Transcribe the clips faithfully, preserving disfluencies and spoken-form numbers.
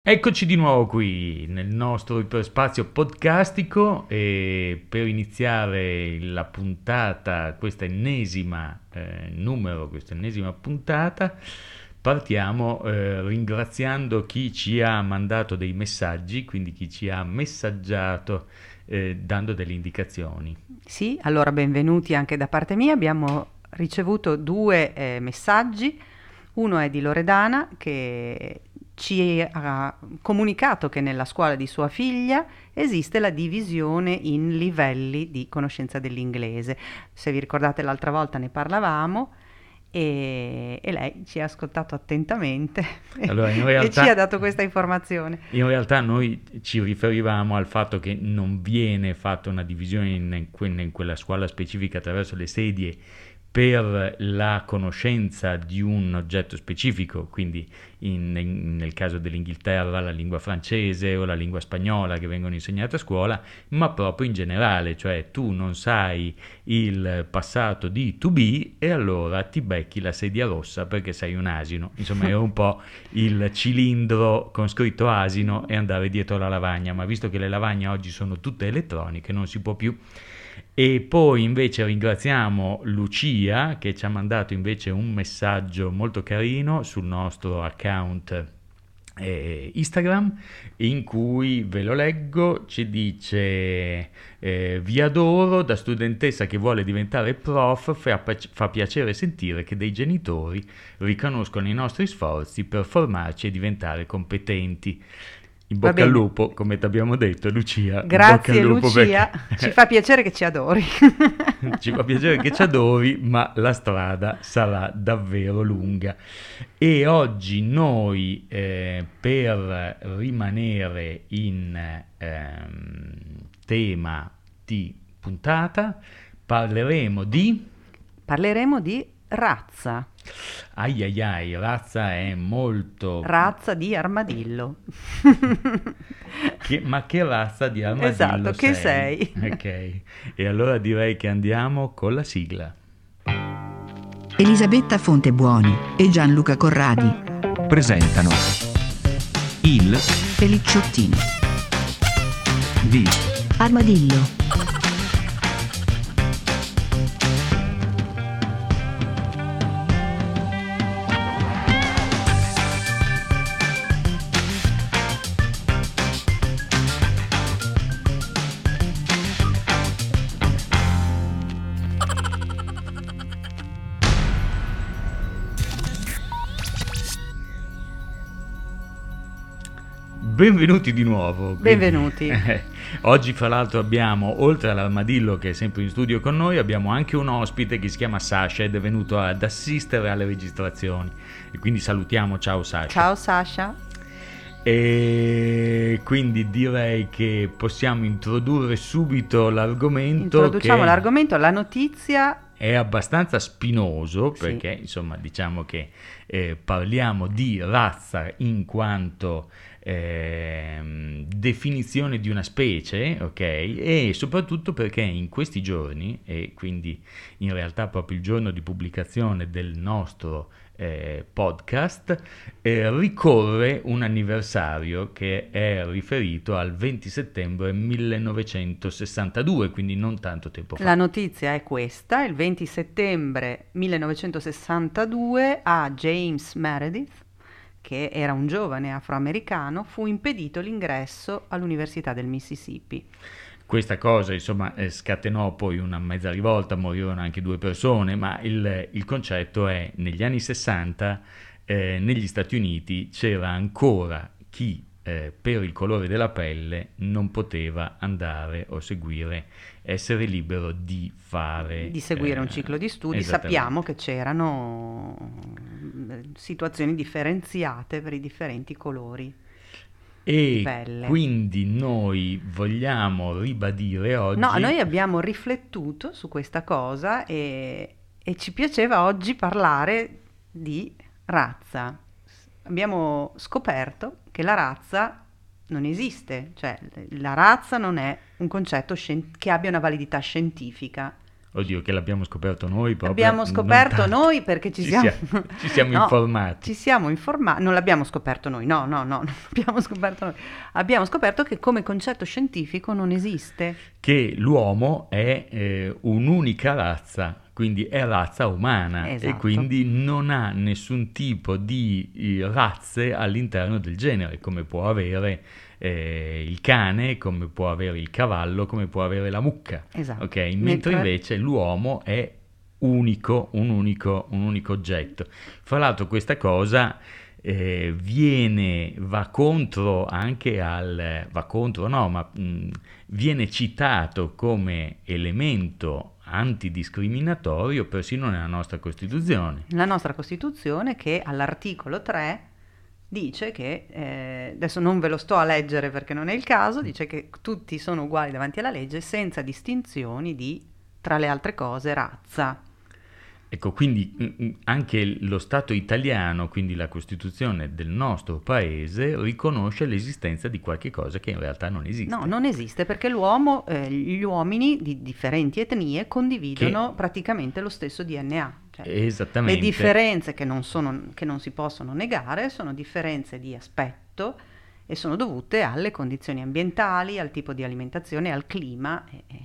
Eccoci di nuovo qui nel nostro iperspazio podcastico e per iniziare la puntata, questa ennesima eh, numero, questa ennesima puntata, partiamo eh, ringraziando chi ci ha mandato dei messaggi, quindi chi ci ha messaggiato eh, dando delle indicazioni. Sì, allora benvenuti anche da parte mia. Abbiamo ricevuto due eh, messaggi. Uno è di Loredana che ci ha comunicato che nella scuola di sua figlia esiste la divisione in livelli di conoscenza dell'inglese. Se vi ricordate l'altra volta ne parlavamo e, e lei ci ha ascoltato attentamente Allora, in e ci ha realtà, dato questa informazione. in realtà noi ci riferivamo al fatto che non viene fatta una divisione in, in que- in quella scuola specifica attraverso le sedie per la conoscenza di un oggetto specifico, quindi in- in- nel caso dell'Inghilterra la lingua francese o la lingua spagnola che vengono insegnate a scuola, ma proprio in generale, cioè tu non sai il passato di to be e allora ti becchi la sedia rossa perché sei un asino. Insomma, è un po' il cilindro con scritto asino e andare dietro la lavagna, ma visto che le lavagne oggi sono tutte elettroniche non si può più. E poi invece ringraziamo Lucia che ci ha mandato invece un messaggio molto carino sul nostro account eh, Instagram, in cui ve lo leggo, ci dice eh, vi adoro, da studentessa che vuole diventare prof fa, fa piacere sentire che dei genitori riconoscono i nostri sforzi per formarci e diventare competenti. In Va bocca al bene. lupo, come ti abbiamo detto, Lucia, in bocca al Grazie lupo Lucia, perché ci fa piacere che ci adori. ci fa piacere che ci adori, ma la strada sarà davvero lunga. E oggi noi, eh, per rimanere in ehm, tema di puntata, parleremo di... Parleremo di razza, Ai ai ai, razza è molto... razza di armadillo. Che- ma che razza di armadillo Esatto, che sei? sei? Ok, e allora direi che andiamo con la sigla. Elisabetta Fontebuoni e Gianluca Corradi presentano il Felicciottini di Armadillo. Benvenuti di nuovo. Quindi, Benvenuti. eh, oggi fra l'altro abbiamo, oltre all'armadillo che è sempre in studio con noi, abbiamo anche un ospite che si chiama Sasha ed è venuto ad assistere alle registrazioni. E quindi salutiamo, ciao Sasha. Ciao Sasha. E quindi direi che possiamo introdurre subito l'argomento Introduciamo che l'argomento, la notizia. è abbastanza spinoso Sì. perché insomma diciamo che eh, parliamo di razza in quanto ehm, definizione di una specie, ok? E soprattutto perché in questi giorni, e quindi in realtà proprio il giorno di pubblicazione del nostro eh, podcast, eh, ricorre un anniversario che è riferito al venti settembre millenovecentosessantadue, quindi non tanto tempo fa. La notizia è questa: il venti settembre millenovecentosessantadue a James Meredith, che era un giovane afroamericano, fu impedito l'ingresso all'Università del Mississippi. Questa cosa insomma eh, scatenò poi una mezza rivolta, morirono anche due persone, ma il, il concetto è negli anni sessanta eh, negli Stati Uniti c'era ancora chi eh, per il colore della pelle non poteva andare o seguire, essere libero di fare... Di seguire un eh, ciclo di studi. esattamente. Sappiamo che c'erano mm, situazioni differenziate per i differenti colori di E pelle. quindi noi vogliamo ribadire oggi... No, noi abbiamo riflettuto su questa cosa e, e ci piaceva oggi parlare di razza. Abbiamo scoperto che la razza non esiste, cioè la razza non è un concetto scien- che abbia una validità scientifica. Oddio, che l'abbiamo scoperto noi proprio. L'abbiamo scoperto non tanto. noi perché ci, Ci siamo, sia- ci siamo No, informati. Ci siamo informati, non l'abbiamo scoperto noi, no, no, no, non l'abbiamo scoperto noi. Abbiamo scoperto che come concetto scientifico non esiste. Che l'uomo è eh, un'unica razza, quindi è razza umana e Esatto. quindi non ha nessun tipo di eh, razze all'interno del genere, come può avere eh, il cane, come può avere il cavallo, come può avere la mucca. Esatto. Ok? Mentre Mentre- invece l'uomo è unico, un unico, un unico oggetto. Fra l'altro questa cosa eh, viene, va contro anche al, va contro no, ma mh, viene citato come elemento antidiscriminatorio persino nella nostra Costituzione. La nostra Costituzione che all'articolo tre dice che, eh, adesso non ve lo sto a leggere perché non è il caso, dice che tutti sono uguali davanti alla legge senza distinzioni di, tra le altre cose, razza. Ecco, quindi mh, mh, anche lo Stato italiano, quindi la Costituzione del nostro paese, riconosce l'esistenza di qualche cosa che in realtà non esiste. No, non esiste perché l'uomo, eh, gli uomini di differenti etnie condividono praticamente lo stesso D N A. Cioè, Esattamente. le differenze che non, sono, che non si possono negare sono differenze di aspetto e sono dovute alle condizioni ambientali, al tipo di alimentazione, al clima. E, e-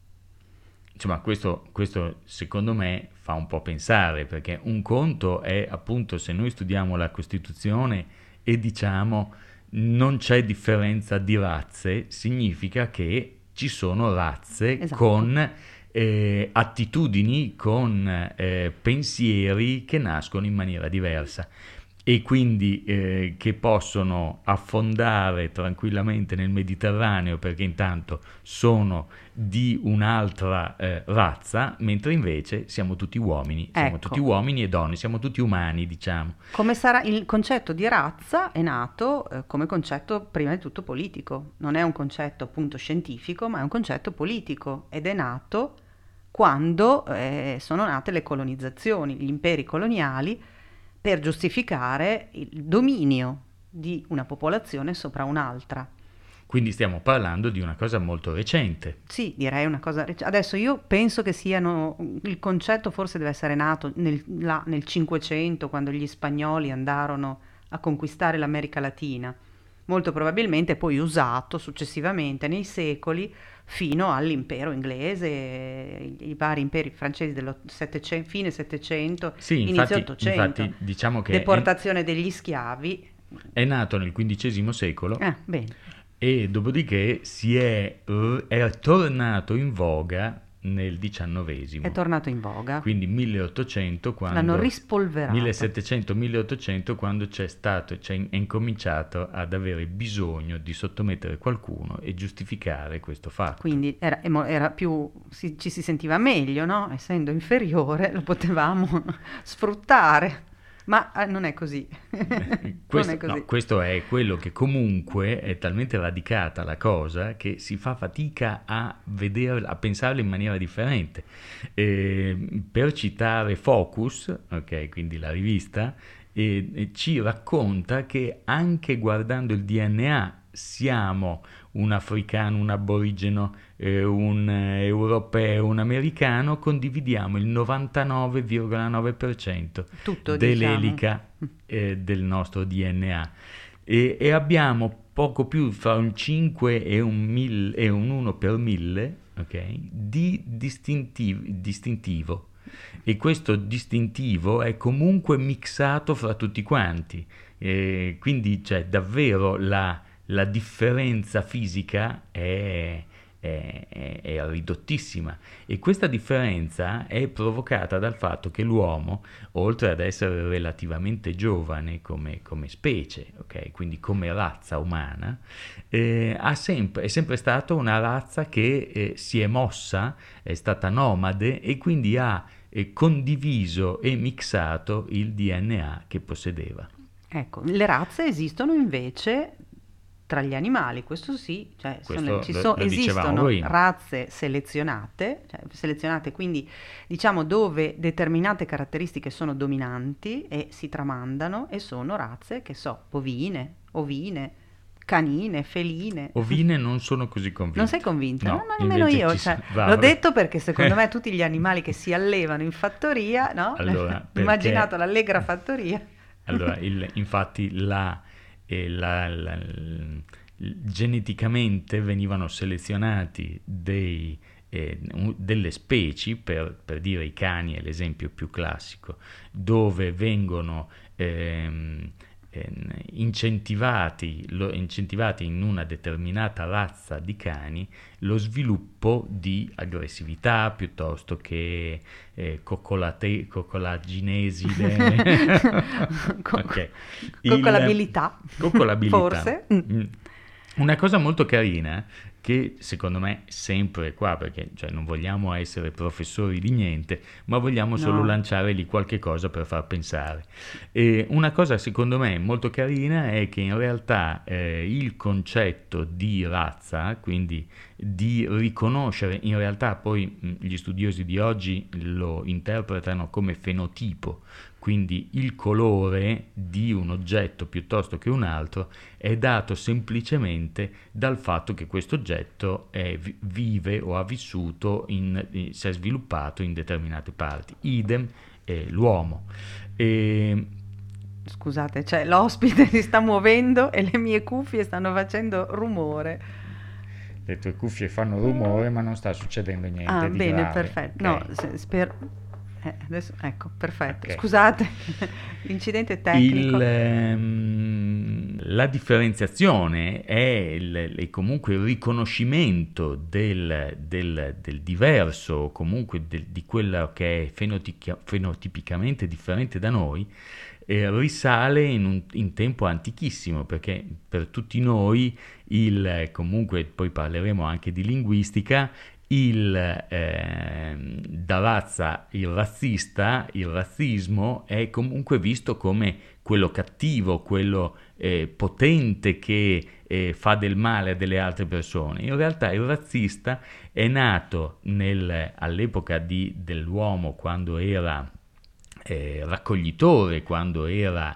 Insomma, questo, questo secondo me fa un po' pensare, perché un conto è appunto se noi studiamo la Costituzione e diciamo non c'è differenza di razze, significa che ci sono razze Esatto. con eh, attitudini, con eh, pensieri che nascono in maniera diversa e quindi eh, che possono affondare tranquillamente nel Mediterraneo perché intanto sono di un'altra eh, razza, mentre invece siamo tutti uomini, siamo Ecco. tutti uomini e donne, siamo tutti umani, diciamo. Come sarà il concetto di razza è nato eh, come concetto prima di tutto politico, non è un concetto appunto scientifico, ma è un concetto politico ed è nato quando eh, sono nate le colonizzazioni, gli imperi coloniali per giustificare il dominio di una popolazione sopra un'altra. Quindi stiamo parlando di una cosa molto recente. Sì, direi una cosa. rec- Adesso io penso che siano. Il concetto forse deve essere nato nel, là, nel Cinquecento, quando gli spagnoli andarono a conquistare l'America Latina. Molto probabilmente poi usato successivamente nei secoli fino all'impero inglese, i, i vari imperi francesi dello settecento, fine Settecento, Sì, inizio infatti, Ottocento. infatti diciamo che è, Deportazione degli schiavi. è nato nel quindicesimo secolo Eh, bene. e dopodiché si è, è tornato in voga nel diciannovesimo. È tornato in voga. Quindi milleottocento quando L'hanno rispolverato. millesettecento milleottocento quando c'è stato c'è è incominciato ad avere bisogno di sottomettere qualcuno e giustificare questo fatto. Quindi era, era più, si- ci si sentiva meglio, no? Essendo inferiore lo potevamo sfruttare, ma eh, non è così. Questo, non è così. no, questo è quello che comunque è talmente radicata la cosa che si fa fatica a vederla, a pensarla in maniera differente. Eh, per citare Focus, ok, quindi la rivista, eh, eh, ci racconta che anche guardando il D N A siamo un africano, un aborigeno, eh, un eh, europeo, un americano, condividiamo il novantanove virgola nove per cento Tutto, dell'elica eh, del nostro D N A e, e abbiamo poco più fra un cinque e un, mille, e un uno per mille, ok, di distintivo, distintivo e questo distintivo è comunque mixato fra tutti quanti, eh, quindi c'è davvero la la differenza fisica è, è, è, è ridottissima e questa differenza è provocata dal fatto che l'uomo, oltre ad essere relativamente giovane come, come specie, okay, quindi come razza umana, eh, ha sempre, è sempre stata una razza che eh, si è mossa, è stata nomade e quindi ha eh, condiviso e mixato il D N A che possedeva. Ecco, le razze esistono invece tra gli animali, questo sì, cioè Questo sono, ci lo- so- lo dicevamo esistono prima. razze selezionate, cioè selezionate quindi diciamo dove determinate caratteristiche sono dominanti e si tramandano e sono razze che so, bovine, ovine, canine, feline. Ovine non sono così convinto. Non sei convinta? No, No, no, nemmeno invece io. ci Cioè, sono- va, l'ho vabbè. detto perché secondo me tutti gli animali che si allevano in fattoria, no? Allora, perché- Immaginato l'allegra fattoria. Allora, il- infatti la, eh, la- la- l- geneticamente venivano selezionati dei, eh, un- delle specie, per, per dire i cani è l'esempio più classico, dove vengono ehm, ehm, incentivati, lo- incentivati in una determinata razza di cani lo sviluppo di aggressività piuttosto che eh, coccolate, coccolagineside. Co- Ok. Coccolabilità. Il- coccolabilità. Forse. Mm. Mm. Una cosa molto carina che secondo me sempre qua, perché cioè, non vogliamo essere professori di niente, ma vogliamo solo No. lanciare lì qualche cosa per far pensare. E una cosa secondo me molto carina è che in realtà eh, il concetto di razza, quindi di riconoscere, in realtà poi mh, gli studiosi di oggi lo interpretano come fenotipo, quindi il colore di un oggetto piuttosto che un altro è dato semplicemente dal fatto che questo oggetto è, vi- vive o ha vissuto, in, eh, si è sviluppato in determinate parti. Idem eh, l'uomo. E Scusate, cioè l'ospite si sta muovendo e le mie cuffie stanno facendo rumore. le tue cuffie fanno rumore, ma non sta succedendo niente Ah, di bene, grave. perfetto. Ok. No, se- spero... eh, adesso, ecco, perfetto. Ok. Scusate, l'incidente tecnico. Il, ehm, la differenziazione è il, il- comunque il riconoscimento del, del- del diverso, o comunque del- di quello che è fenotica- fenotipicamente differente da noi, eh, risale in, un, in tempo antichissimo, perché per tutti noi, il, comunque poi parleremo anche di linguistica, il, ehm, da razza, il razzista, il razzismo è comunque visto come quello cattivo, quello eh, potente che eh, fa del male a delle altre persone. In realtà il razzista è nato nel- all'epoca di- dell'uomo, quando era eh, raccoglitore, quando era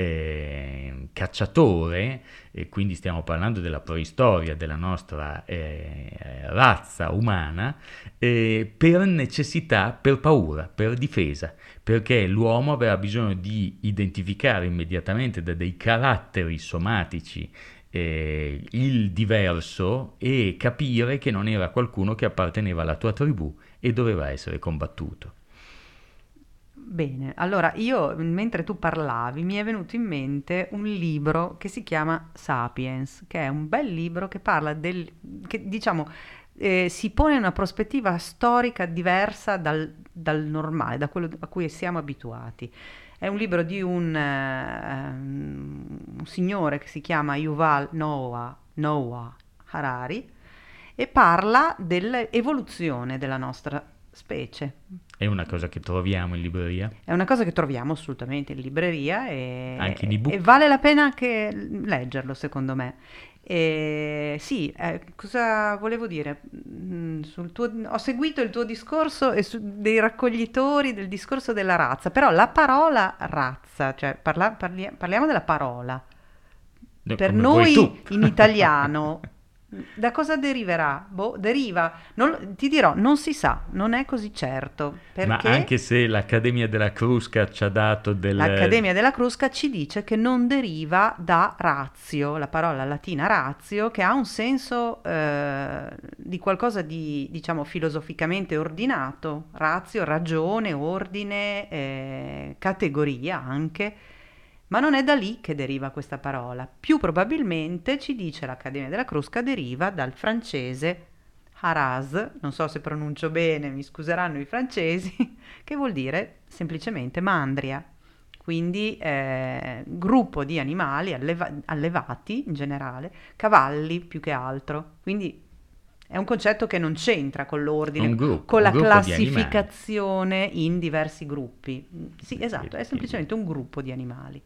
eh, cacciatore, e quindi stiamo parlando della preistoria della nostra eh, razza umana, eh, per necessità, per paura, per difesa, perché l'uomo aveva bisogno di identificare immediatamente da dei caratteri somatici eh, il diverso e capire che non era qualcuno che apparteneva alla tua tribù e doveva essere combattuto. Bene, allora io mentre tu parlavi mi è venuto in mente un libro che si chiama Sapiens, che è un bel libro che parla del, che diciamo eh, si pone in una prospettiva storica diversa dal, dal normale, da quello a cui siamo abituati. È un libro di un, eh, un signore che si chiama Yuval Noah, Noah Harari e parla dell'evoluzione della nostra specie. È una cosa che troviamo in libreria, È una cosa che troviamo assolutamente in libreria e, anche in ebook. e vale la pena anche leggerlo, secondo me. E, sì, eh, cosa volevo dire? Mm, sul tuo- ho seguito il tuo discorso e su- dei raccoglitori del discorso della razza, però la parola razza, cioè parla- parli- parliamo della parola. No, Per come vuoi noi tu. in italiano, da cosa deriverà? Boh, deriva, non- ti dirò, non si sa, non è così certo, Ma perché anche se l'Accademia della Crusca ci ha dato del... l'Accademia della Crusca ci dice che non deriva da ratio, la parola latina ratio, che ha un senso eh, di qualcosa di, diciamo, filosoficamente ordinato, ratio, ragione, ordine, eh, categoria anche. Ma non è da lì che deriva questa parola. Più probabilmente, ci dice l'Accademia della Crusca, deriva dal francese haras, non so se pronuncio bene, mi scuseranno i francesi, che vuol dire semplicemente mandria. Quindi eh, gruppo di animali alleva- allevati in generale, cavalli più che altro. Quindi è un concetto che non c'entra con l'ordine, Un gruppo, con un la gruppo di animali. classificazione in diversi gruppi. Sì, esatto, è Sì, semplicemente un gruppo di animali.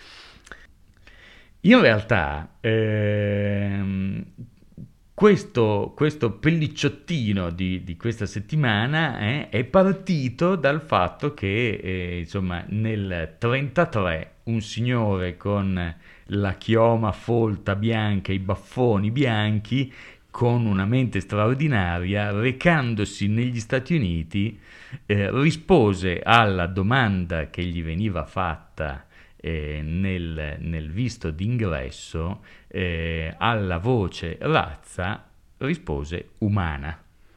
In realtà, ehm, questo, questo pellicciottino di, di questa settimana eh, è partito dal fatto che, eh, insomma, nel trentatré un signore con la chioma folta bianca, i baffoni bianchi, con una mente straordinaria, recandosi negli Stati Uniti, eh, rispose alla domanda che gli veniva fatta eh, nel, nel visto d'ingresso, eh, alla voce razza, rispose umana.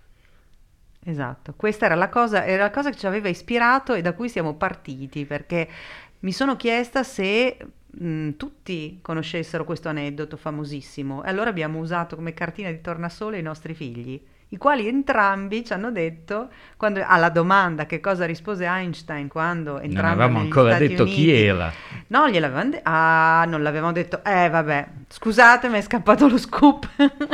Esatto, questa era la cosa, era la cosa che ci aveva ispirato e da cui siamo partiti, perché mi sono chiesta se mh, tutti conoscessero questo aneddoto famosissimo e allora abbiamo usato come cartina di tornasole i nostri figli, i quali entrambi ci hanno detto, quando, alla domanda che cosa rispose Einstein quando Non entrambi avevamo negli ancora Stati detto Uniti, chi era. no, gliel'avevamo detto, ah, non l'avevamo detto, eh vabbè, scusate, mi è scappato lo scoop.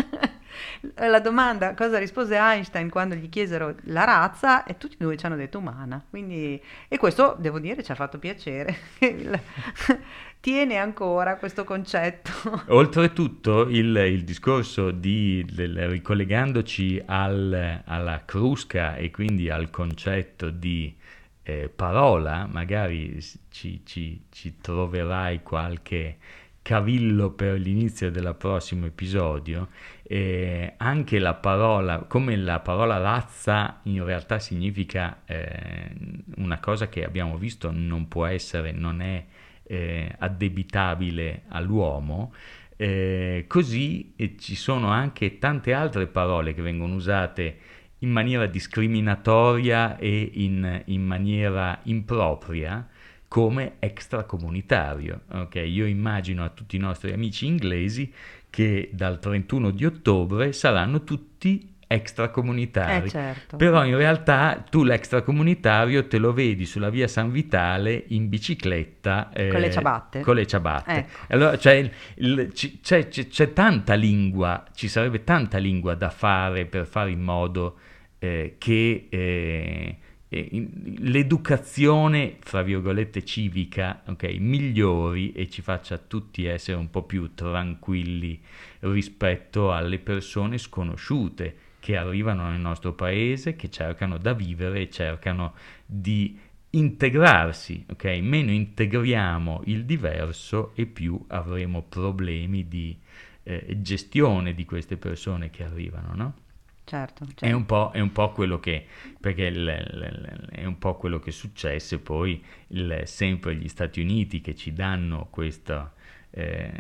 La domanda cosa rispose Einstein quando gli chiesero la razza e tutti e due ci hanno detto umana, quindi, e questo devo dire ci ha fatto piacere. Il- tiene ancora questo concetto. Oltretutto il, il discorso di, del- ricollegandoci al- alla crusca e quindi al concetto di eh, parola, magari s- ci, ci- ci troverai qualche cavillo per l'inizio del prossimo episodio. Eh, anche la parola, come la parola razza in realtà significa eh, una cosa che abbiamo visto non può essere, non è eh, addebitabile all'uomo, eh, così eh, ci sono anche tante altre parole che vengono usate in maniera discriminatoria e in, in maniera impropria come extracomunitario. Ok, io immagino a tutti i nostri amici inglesi che dal trentuno di ottobre saranno tutti extracomunitari. Eh certo. Però in realtà tu l'extracomunitario te lo vedi sulla via San Vitale in bicicletta eh, Con le ciabatte. con le ciabatte. Ecco. Allora c'è, il- il- ci- c'è- c'è- c'è tanta lingua, ci sarebbe tanta lingua da fare per fare in modo eh, che eh, eh, in- l'educazione, fra virgolette, civica, ok, migliori e ci faccia tutti essere un po' più tranquilli rispetto alle persone sconosciute che arrivano nel nostro paese, che cercano da vivere e cercano di integrarsi, ok? Meno integriamo il diverso e più avremo problemi di eh, gestione di queste persone che arrivano, no? Certo, È certo. un po', è un po' quello che, perché il- il- è un po' quello che successe poi il- sempre gli Stati Uniti che ci danno questo, eh,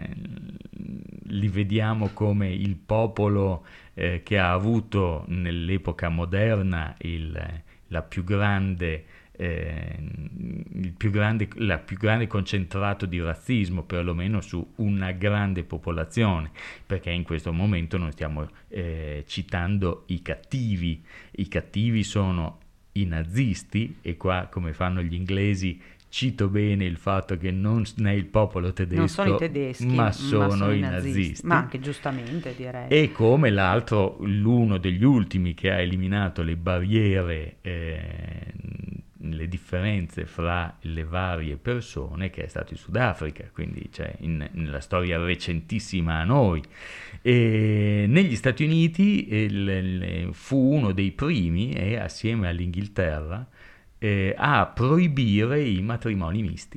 li vediamo come il popolo eh, che ha avuto nell'epoca moderna il- la più grande, eh, il più grande, la più grande concentrato di razzismo, perlomeno su una grande popolazione, perché in questo momento non stiamo eh, citando i cattivi, i cattivi sono i nazisti e qua come fanno gli inglesi cito bene il fatto che non s- è il popolo tedesco, Non sono i tedeschi, ma sono i nazisti. ma anche giustamente direi. E come l'altro, l'uno degli ultimi che ha eliminato le barriere, eh, le differenze fra le varie persone, che è stato il Sudafrica, quindi cioè, in- nella storia recentissima a noi. E negli Stati Uniti il- il- fu uno dei primi, e assieme all'Inghilterra, eh, a proibire i matrimoni misti.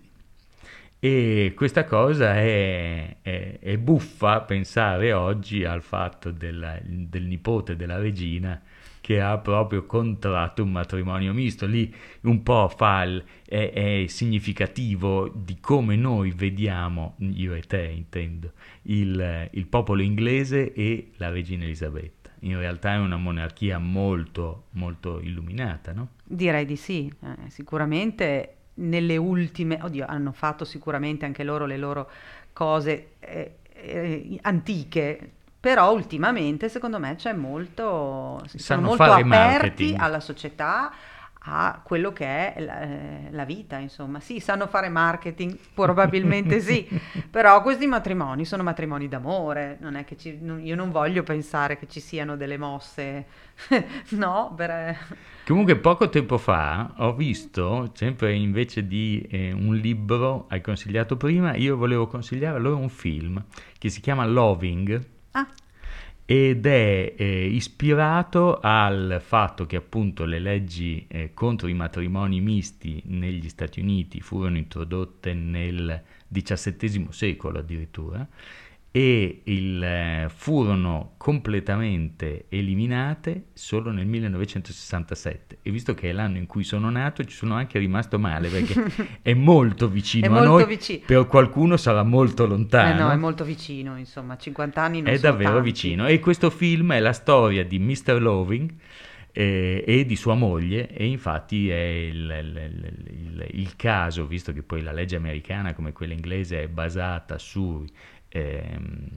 E questa cosa è, è- è buffa pensare oggi al fatto della- del nipote della regina che ha proprio contratto un matrimonio misto. Lì un po' fa il- è, è significativo di come noi vediamo, io e te intendo, il, il popolo inglese e la regina Elisabetta. In realtà è una monarchia molto, molto illuminata, no? Direi di sì, eh, sicuramente nelle ultime, oddio, hanno fatto sicuramente anche loro le loro cose eh, eh, antiche, però ultimamente secondo me c'è molto, si sono Sanno molto fare aperti marketing. alla società, a quello che è la, eh, la vita, insomma. Sì, sanno fare marketing, probabilmente sì, però questi matrimoni sono matrimoni d'amore, non è che ci, non- io non voglio pensare che ci siano delle mosse, no, per... Comunque poco tempo fa ho visto, sempre invece di eh, un libro, hai consigliato prima, io volevo consigliare a loro un film che si chiama Loving, Ah, ed è eh, ispirato al fatto che appunto le leggi eh, contro i matrimoni misti negli Stati Uniti furono introdotte nel diciassettesimo secolo addirittura, e il, eh, furono completamente eliminate solo nel millenovecentosessantasette, e visto che è l'anno in cui sono nato ci sono anche rimasto male perché è molto vicino È a molto noi, vicino. per qualcuno sarà molto Eh lontano. no, è molto vicino, insomma, cinquanta anni non È sono davvero tanti. vicino, e questo film è la storia di mister Loving eh, e di sua moglie, e infatti è il, il- il- il- il caso, visto che poi la legge americana come quella inglese è basata su ehm,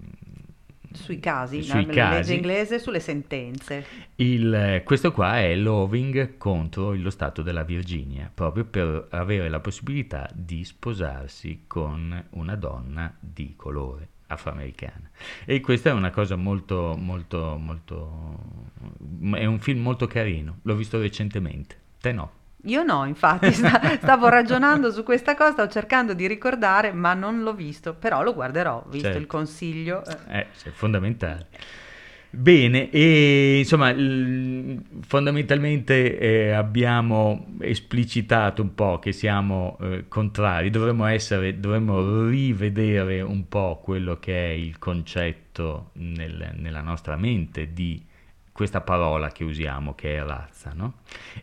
Sui casi, sui la casi, legge inglese sulle sentenze. il- questo qua è Loving contro lo stato della Virginia, proprio per avere la possibilità di sposarsi con una donna di colore afroamericana. E questa è una cosa molto, molto, molto... è un film molto carino, l'ho visto recentemente, te no? Io no, infatti, sta- stavo ragionando su questa cosa, stavo cercando di ricordare, ma non l'ho visto, però lo guarderò, visto Certo. il consiglio. eh. Eh, è fondamentale. Bene, e insomma, l- fondamentalmente eh, abbiamo esplicitato un po' che siamo eh, contrari, dovremmo essere, dovremmo rivedere un po' quello che è il concetto nel- nella nostra mente di questa parola che usiamo, che è razza, no?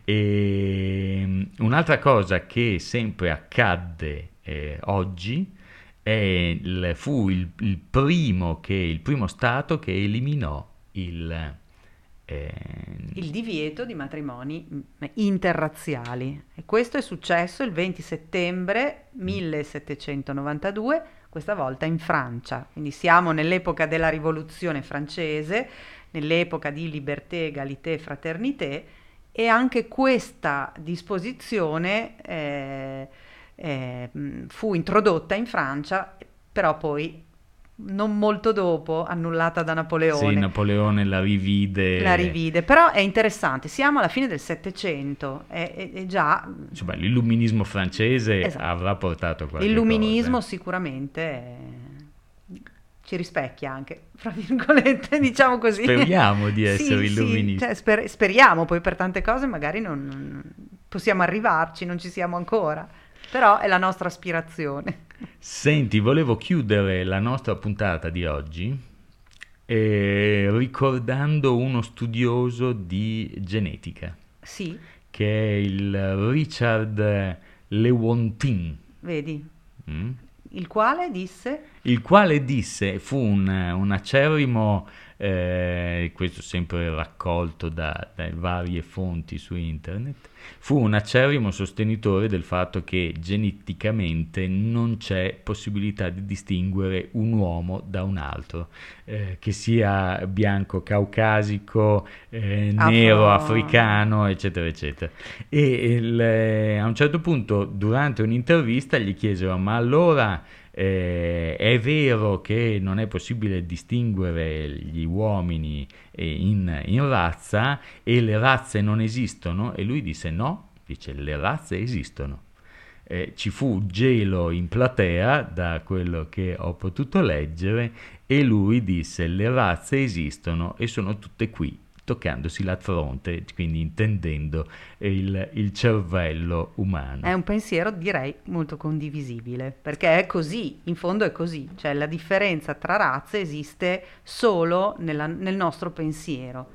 E mm, un'altra cosa che sempre accadde eh, oggi è il- fu il, il primo che, il primo stato che eliminò il, eh, Il divieto di matrimoni mm, interrazziali. E questo è successo il venti settembre millesettecentonovantadue, questa volta in Francia. Quindi siamo nell'epoca della Rivoluzione francese, nell'epoca di liberté, égalité, fraternité, e anche questa disposizione eh, eh, mh, fu introdotta in Francia, però poi non molto dopo annullata da sì, Napoleone. Napoleone la rivide. La rivide, però è interessante, siamo alla fine del Settecento, è, è- è già Insomma, l'illuminismo francese Esatto. avrà portato qualche l'illuminismo cosa. sicuramente eh, ci rispecchia anche, fra virgolette, diciamo così. Speriamo di Sì, essere sì, illuministi. cioè, sper- speriamo, poi per tante cose magari non, non- possiamo arrivarci, non ci siamo ancora, però è la nostra aspirazione. Senti, volevo chiudere la nostra puntata di oggi eh, ricordando uno studioso di genetica, Sì, che è il Richard Lewontin, vedi, mm? il quale disse... il quale disse, fu un, un acerrimo, eh, questo sempre raccolto da, da varie fonti su internet, fu un acerrimo sostenitore del fatto che geneticamente non c'è possibilità di distinguere un uomo da un altro, eh, che sia bianco, caucasico, eh, Afro- nero, africano, eccetera, eccetera. E il, eh, a un certo punto, durante un'intervista, gli chiesero: ma allora eh, è vero che non è possibile distinguere gli uomini eh, in, in razza, e le razze non esistono? E lui disse no, dice le razze esistono. Eh, ci fu gelo in platea, da quello che ho potuto leggere, e lui disse le razze esistono e sono tutte qui, toccandosi la fronte, quindi intendendo il, il cervello umano. È un pensiero, direi, molto condivisibile, perché è così, in fondo è così, cioè la differenza tra razze esiste solo nella- nel nostro pensiero.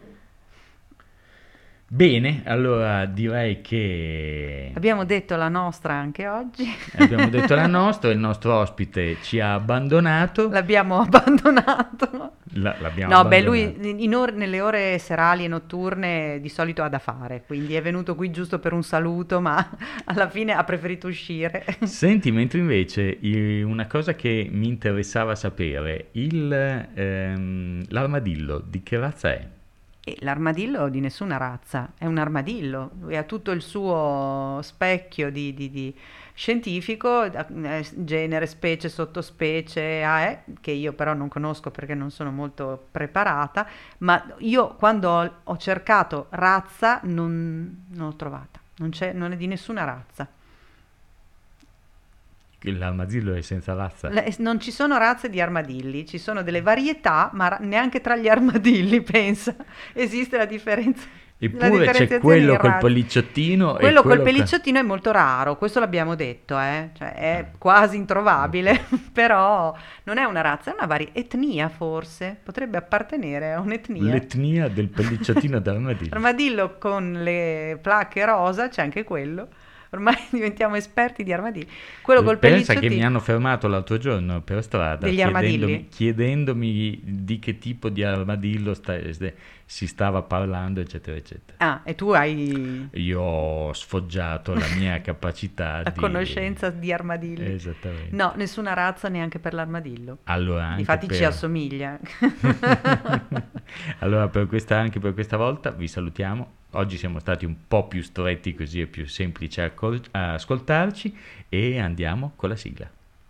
Bene, allora direi che Abbiamo detto la nostra anche oggi, abbiamo detto la nostra, il nostro ospite ci ha abbandonato. l'abbiamo abbandonato. La- l'abbiamo No, beh, abbandonato. lui in or- nelle ore serali e notturne di solito ha da fare, quindi è venuto qui giusto per un saluto, ma alla fine ha preferito uscire. Senti, mentre invece i- una cosa che mi interessava sapere, il, ehm, l'armadillo di che razza è? E l'armadillo di nessuna razza, è un armadillo, lui ha tutto il suo specchio di, di- di scientifico, eh, genere, specie, sottospecie, ah, eh, che io però non conosco perché non sono molto preparata, ma io quando ho, ho cercato razza non, non l'ho trovata, non c'è, non è di nessuna razza. l'armadillo è senza razza. Le- non ci sono razze di armadilli, ci sono delle varietà, ma ra- neanche tra gli armadilli, pensa, esiste la differenza. la Eppure c'è differenziazione quello in col razze. pellicciottino e Quello col quello che- pellicciottino è molto raro, questo l'abbiamo detto, eh? Cioè è quasi introvabile, però non è una razza, è una varia etnia forse, potrebbe appartenere a un'etnia. L'etnia del pellicciottino d'armadillo. Armadillo con le placche rosa, c'è anche quello. Ormai diventiamo esperti di armadilli. Quello col Pensa che pellicciottino. mi hanno fermato l'altro giorno per strada Degli chiedendomi, armadilli? chiedendomi di che tipo di armadillo sta- si stava parlando, eccetera, eccetera. Ah, e tu hai Io ho sfoggiato la mia capacità la di... conoscenza di armadilli. Esattamente. No, nessuna razza neanche per l'armadillo. Allora, anche Difatti per... ci assomiglia. Allora, per questa, anche per questa volta vi salutiamo. Oggi siamo stati un po' più stretti, così è più semplice accol- ascoltarci, e andiamo con la sigla.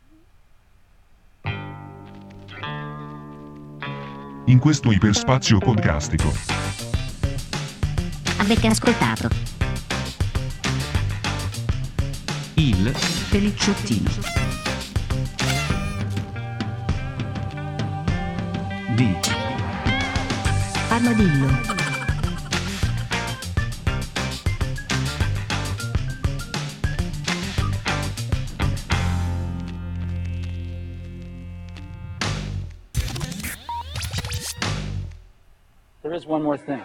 In questo iperspazio podcastico Avete ascoltato Il Pelicciottino. di Armadillo. There is one more thing.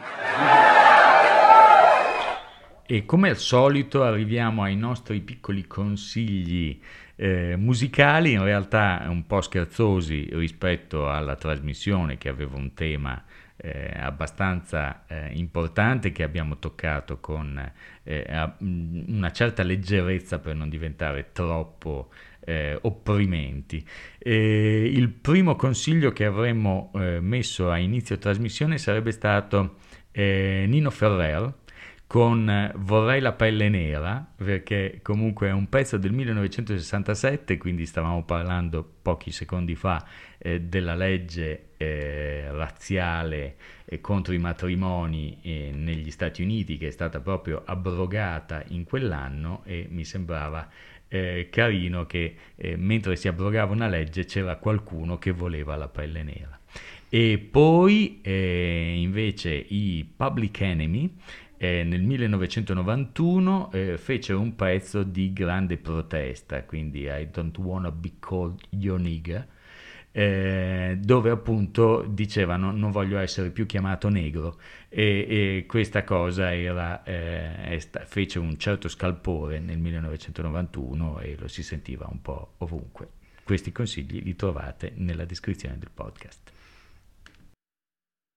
E come al solito arriviamo ai nostri piccoli consigli eh, musicali, in realtà un po' scherzosi rispetto alla trasmissione che aveva un tema eh, abbastanza eh, importante che abbiamo toccato con eh, a- una certa leggerezza per non diventare troppo eh, opprimenti. E il primo consiglio che avremmo eh, messo a inizio trasmissione sarebbe stato eh, Nino Ferrer con eh, Vorrei la pelle nera, perché comunque è un pezzo del millenovecentosessantasette, quindi stavamo parlando pochi secondi fa eh, della legge eh, razziale eh, contro i matrimoni eh, negli Stati Uniti, che è stata proprio abrogata in quell'anno, e mi sembrava eh, carino che eh, mentre si abrogava una legge c'era qualcuno che voleva la pelle nera. E poi eh, invece i Public Enemy eh, nel millenovecentonovantuno eh, fecero un pezzo di grande protesta, quindi I Don't Wanna Be Called Your Nigger, eh, dove appunto dicevano non voglio essere più chiamato negro, e, e questa cosa era, eh, è sta- fece un certo scalpore nel millenovecentonovantuno e lo si sentiva un po' ovunque. Questi consigli li trovate nella descrizione del podcast.